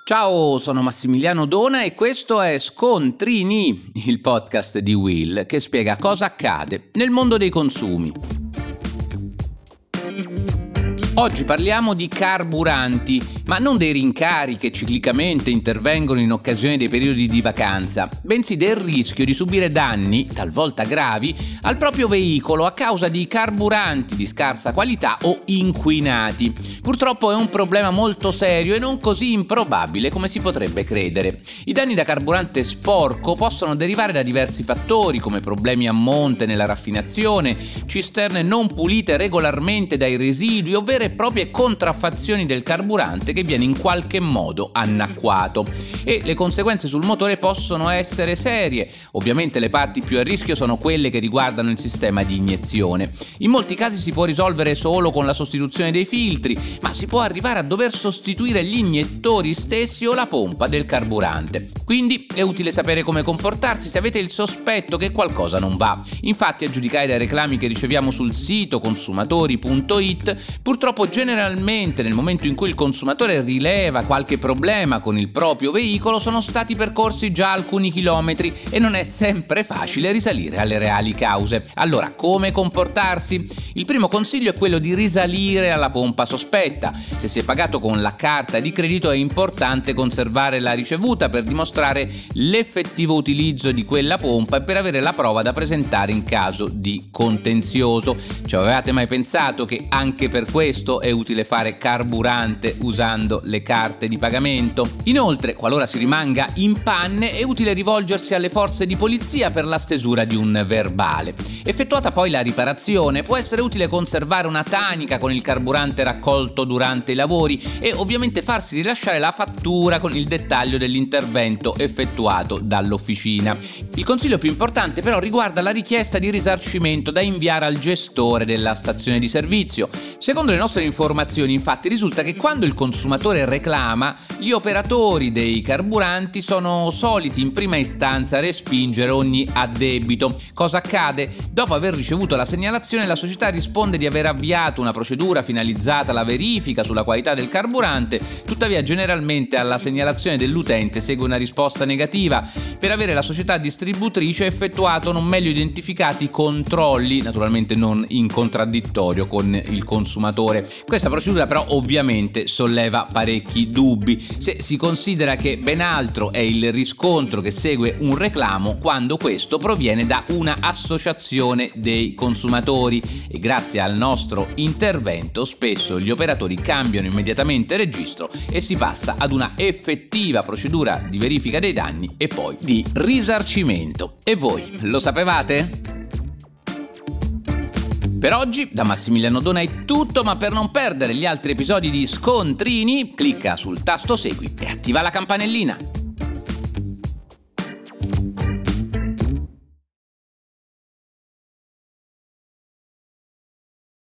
Ciao, sono Massimiliano Dona e questo è Scontrini, il podcast di Will che spiega cosa accade nel mondo dei consumi. Oggi parliamo di carburanti, ma non dei rincari che ciclicamente intervengono in occasione dei periodi di vacanza, bensì del rischio di subire danni, talvolta gravi, al proprio veicolo a causa di carburanti di scarsa qualità o inquinati. Purtroppo è un problema molto serio e non così improbabile come si potrebbe credere. I danni da carburante sporco possono derivare da diversi fattori, come problemi a monte nella raffinazione, cisterne non pulite regolarmente dai residui o vere e proprie contraffazioni del carburante che viene in qualche modo annacquato, e le conseguenze sul motore possono essere serie. Ovviamente le parti più a rischio sono quelle che riguardano il sistema di iniezione. In molti casi si può risolvere solo con la sostituzione dei filtri, ma si può arrivare a dover sostituire gli iniettori stessi o la pompa del carburante. Quindi è utile sapere come comportarsi se avete il sospetto che qualcosa non va. Infatti, a giudicare dai reclami che riceviamo sul sito consumatori.it, purtroppo generalmente nel momento in cui il consumatore rileva qualche problema con il proprio veicolo sono stati percorsi già alcuni chilometri e non è sempre facile risalire alle reali cause. Allora, come comportarsi? Il primo consiglio è quello di risalire alla pompa sospetta. Se si è pagato con la carta di credito è importante conservare la ricevuta per dimostrare l'effettivo utilizzo di quella pompa e per avere la prova da presentare in caso di contenzioso. Ci avevate mai pensato che anche per questo è utile fare carburante usando le carte di pagamento? Inoltre, qualora si rimanga in panne, è utile rivolgersi alle forze di polizia per la stesura di un verbale. Effettuata poi la riparazione, può essere utile conservare una tanica con il carburante raccolto durante i lavori e ovviamente farsi rilasciare la fattura con il dettaglio dell'intervento effettuato dall'officina. Il consiglio più importante però riguarda la richiesta di risarcimento da inviare al gestore della stazione di servizio. Secondo le nostre informazioni, infatti, risulta che quando il consumatore reclama, gli operatori dei carburanti sono soliti in prima istanza respingere ogni addebito. Cosa accade? Dopo aver ricevuto la segnalazione, la società risponde di aver avviato una procedura finalizzata alla verifica sulla qualità del carburante, tuttavia generalmente alla segnalazione dell'utente segue una risposta negativa. Per avere la società distributrice ha effettuato non meglio identificati controlli, naturalmente non in contraddittorio con il consumatore. Questa procedura però ovviamente solleva parecchi dubbi, se si considera che ben altro è il riscontro che segue un reclamo quando questo proviene da una associazione dei consumatori, e grazie al nostro intervento spesso gli operatori cambiano immediatamente registro e si passa ad una effettiva procedura di verifica dei danni e poi di risarcimento. E voi lo sapevate? Per oggi da Massimiliano Dona è tutto, ma per non perdere gli altri episodi di Scontrini, clicca sul tasto segui e attiva la campanellina.